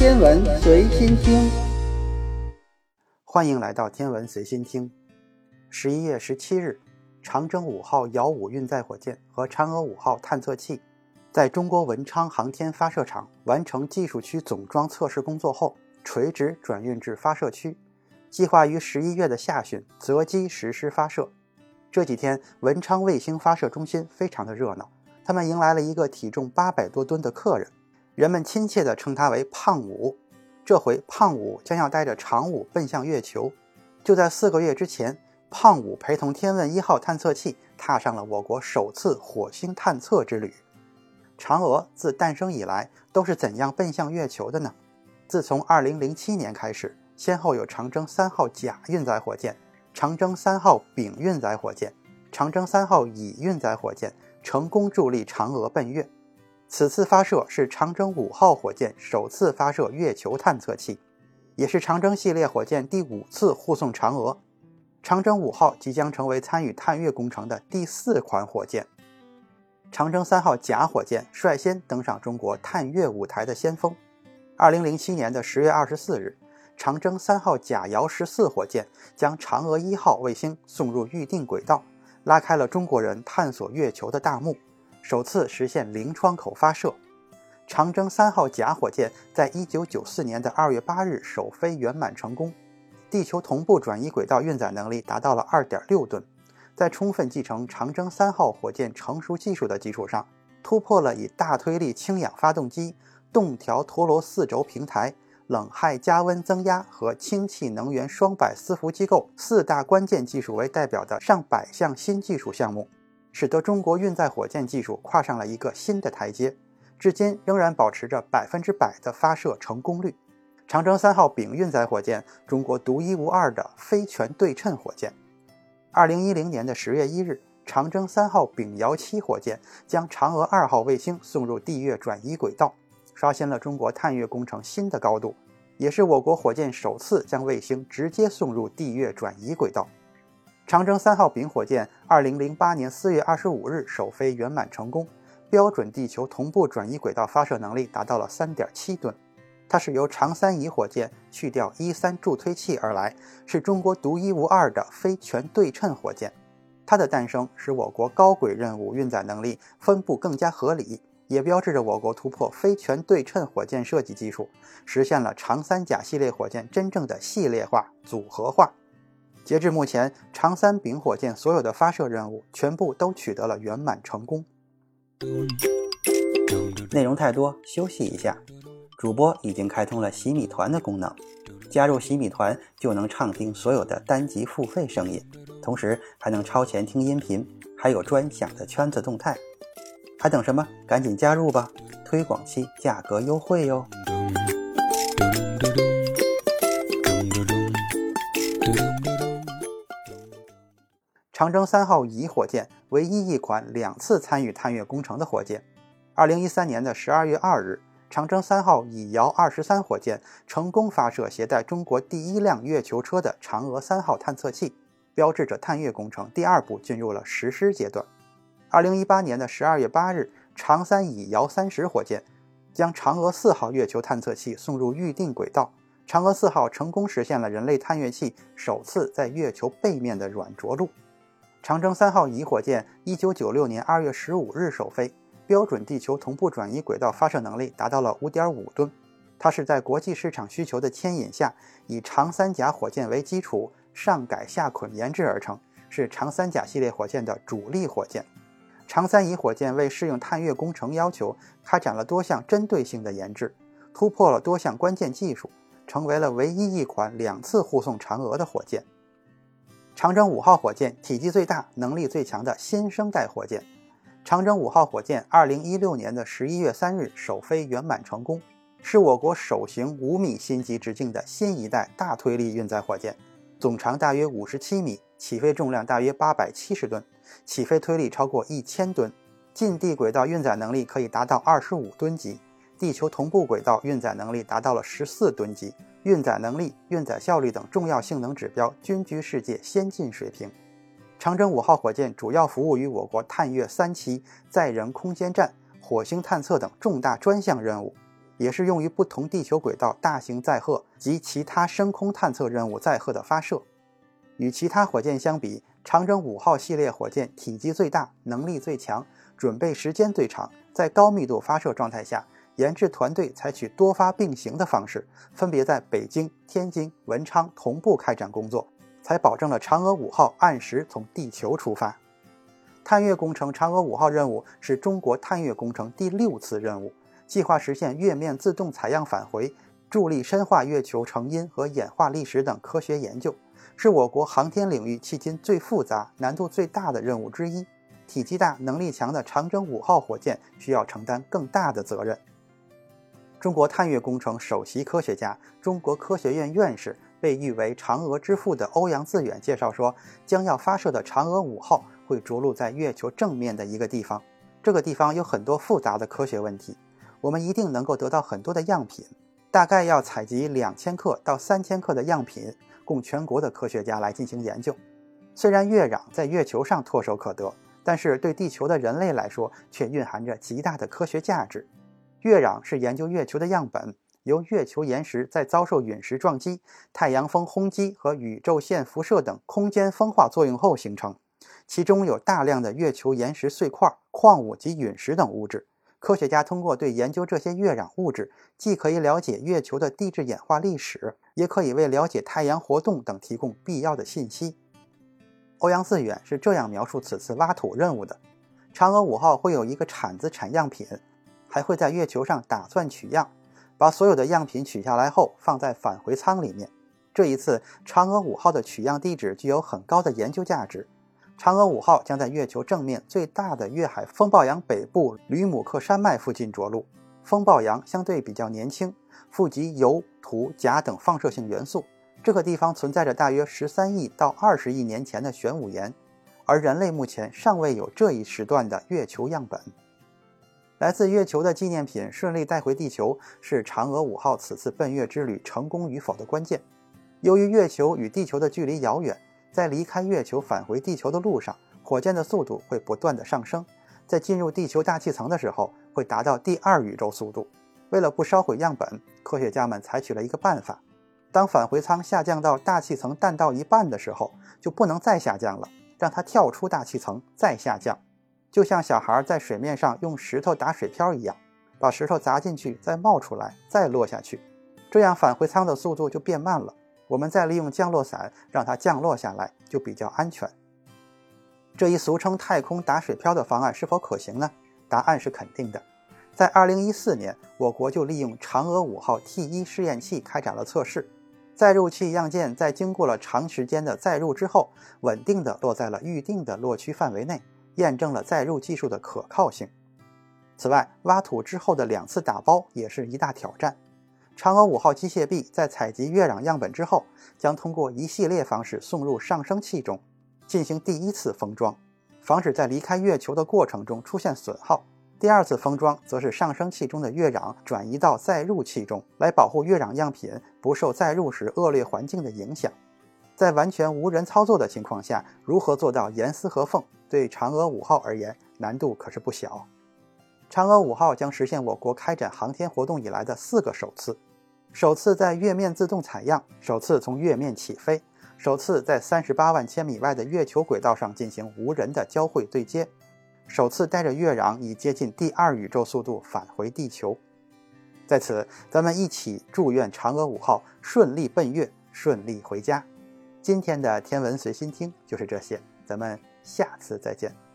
天文随心听， 欢迎来到天文随心听。11月17日，长征5号遥5运载火箭和嫦娥5号探测器在中国文昌航天发射场完成技术区总装测试工作后，垂直转运至发射区，计划于11月的下旬择机实施发射。这几天文昌卫星发射中心非常的热闹，他们迎来了一个体重800多吨的客人，人们亲切地称他为胖五。这回胖五将要带着长五奔向月球。就在4个月之前，胖五陪同天问1号探测器踏上了我国首次火星探测之旅。嫦娥自诞生以来都是怎样奔向月球的呢？自从2007年开始，先后有长征3号甲运载火箭、长征3号丙运载火箭、长征3号乙运载火箭成功助力嫦娥奔月。此次发射是长征5号火箭首次发射月球探测器，也是长征系列火箭第5次护送嫦娥。长征5号即将成为参与探月工程的第4款火箭。长征3号甲火箭率先登上中国探月舞台的先锋。2007年的10月24日，长征3号甲遥14火箭将嫦娥1号卫星送入预定轨道，拉开了中国人探索月球的大幕，首次实现零窗口发射。长征3号甲火箭在1994年的2月8日首飞圆满成功，地球同步转移轨道运载能力达到了 2.6 吨，在充分继承长征3号火箭成熟技术的基础上，突破了以大推力氢氧发动机、动调陀螺4轴平台、冷氦加温增压和氢气能源双摆伺服机构4大关键技术为代表的上百项新技术项目，使得中国运载火箭技术跨上了一个新的台阶，至今仍然保持着100%的发射成功率。长征3号丙运载火箭，中国独一无二的非全对称火箭。2010年的10月1日，长征3号丙遥7火箭将嫦娥2号卫星送入地月转移轨道，刷新了中国探月工程新的高度，也是我国火箭首次将卫星直接送入地月转移轨道。长征3号丙火箭2008年4月25日首飞圆满成功，标准地球同步转移轨道发射能力达到了 3.7 吨。它是由长3乙火箭去掉E3助推器而来，是中国独一无二的非全对称火箭。它的诞生使我国高轨任务运载能力分布更加合理，也标志着我国突破非全对称火箭设计技术，实现了长3甲系列火箭真正的系列化、组合化。截至目前，长3丙火箭所有的发射任务全部都取得了圆满成功。内容太多，休息一下。主播已经开通了洗米团的功能，加入洗米团就能畅听所有的单集付费声音，同时还能超前听音频，还有专享的圈子动态。还等什么？赶紧加入吧！推广期价格优惠哟。长征3号乙火箭唯一一款2次参与探月工程的火箭。2013年的12月2日，长征3号乙遥23火箭成功发射携带中国第1辆月球车的嫦娥3号探测器，标志着探月工程第2步进入了实施阶段。2018年的12月8日，长3乙遥30火箭将嫦娥4号月球探测器送入预定轨道，嫦娥4号成功实现了人类探月器首次在月球背面的软着陆。长征3号乙火箭1996年2月15日首飞，标准地球同步转移轨道发射能力达到了 5.5 吨。它是在国际市场需求的牵引下，以长3甲火箭为基础，上改下捆研制而成，是长3甲系列火箭的主力火箭。长3乙火箭为适应探月工程要求，开展了多项针对性的研制，突破了多项关键技术，成为了唯一一款2次护送嫦娥的火箭。长征5号火箭体积最大、能力最强的新生代火箭。长征5号火箭2016年的11月3日首飞圆满成功，是我国首型5米心级直径的新一代大推力运载火箭，总长大约57米，起飞重量大约870吨，起飞推力超过1000吨，近地轨道运载能力可以达到25吨级，地球同步轨道运载能力达到了14吨级，运载能力、运载效率等重要性能指标均居世界先进水平。长征5号火箭主要服务于我国探月3期、载人空间站、火星探测等重大专项任务， 也是用于不同地球轨道大型载荷及其他深空探测任务载荷的发射。与其他火箭相比，长征5号系列火箭体积最大，能力最强，准备时间最长，在高密度发射状态下，研制团队采取多发并行的方式，分别在北京、天津、文昌同步开展工作，才保证了嫦娥5号按时从地球出发。探月工程嫦娥5号任务是中国探月工程第6次任务，计划实现月面自动采样返回，助力深化月球成因和演化历史等科学研究，是我国航天领域迄今最复杂、难度最大的任务之一。体积大、能力强的长征5号火箭需要承担更大的责任。中国探月工程首席科学家、中国科学院院士，被誉为嫦娥之父的欧阳自远介绍说，将要发射的嫦娥5号会着陆在月球正面的一个地方，这个地方有很多复杂的科学问题，我们一定能够得到很多的样品，大概要采集2000克到3000克的样品，供全国的科学家来进行研究。虽然月壤在月球上唾手可得，但是对地球的人类来说却蕴含着极大的科学价值。月壤是研究月球的样本，由月球岩石在遭受陨石撞击、太阳风轰击和宇宙线辐射等空间风化作用后形成，其中有大量的月球岩石碎块、矿物及陨石等物质。科学家通过对研究这些月壤物质，既可以了解月球的地质演化历史，也可以为了解太阳活动等提供必要的信息。欧阳自远是这样描述此次挖土任务的：嫦娥5号会有一个铲子产样品，还会在月球上打钻取样，把所有的样品取下来后放在返回舱里面。这一次，嫦娥5号的取样地址具有很高的研究价值。嫦娥5号将在月球正面最大的月海风暴洋北部吕姆克山脉附近着陆。风暴洋相对比较年轻，富集铀、土、钾等放射性元素，这个地方存在着大约13亿到20亿年前的玄武岩，而人类目前尚未有这一时段的月球样本。来自月球的纪念品顺利带回地球，是嫦娥5号此次奔月之旅成功与否的关键。由于月球与地球的距离遥远，在离开月球返回地球的路上，火箭的速度会不断的上升，在进入地球大气层的时候会达到第2宇宙速度。为了不烧毁样本，科学家们采取了一个办法，当返回舱下降到大气层淡到一半的时候，就不能再下降了，让它跳出大气层再下降，就像小孩在水面上用石头打水漂一样，把石头砸进去，再冒出来，再落下去，这样返回舱的速度就变慢了。我们再利用降落伞让它降落下来，就比较安全。这一俗称太空打水漂的方案是否可行呢？答案是肯定的。在2014年，我国就利用嫦娥5号 T1 试验器开展了测试。载入器样件在经过了长时间的载入之后，稳定地落在了预定的落区范围内，验证了载入技术的可靠性。此外，挖土之后的2次打包也是一大挑战。嫦娥5号机械臂在采集月壤样本之后，将通过一系列方式送入上升器中，进行第1次封装，防止在离开月球的过程中出现损耗。第2次封装则是上升器中的月壤转移到载入器中，来保护月壤样品不受载入时恶劣环境的影响。在完全无人操作的情况下，如何做到严丝合缝，对嫦娥5号而言难度可是不小。嫦娥5号将实现我国开展航天活动以来的4个首次：首次在月面自动采样，首次从月面起飞，首次在38万千米外的月球轨道上进行无人的交会对接，首次带着月壤以接近第2宇宙速度返回地球。在此，咱们一起祝愿嫦娥5号顺利奔月，顺利回家。今天的天文随心听就是这些，咱们下次再见。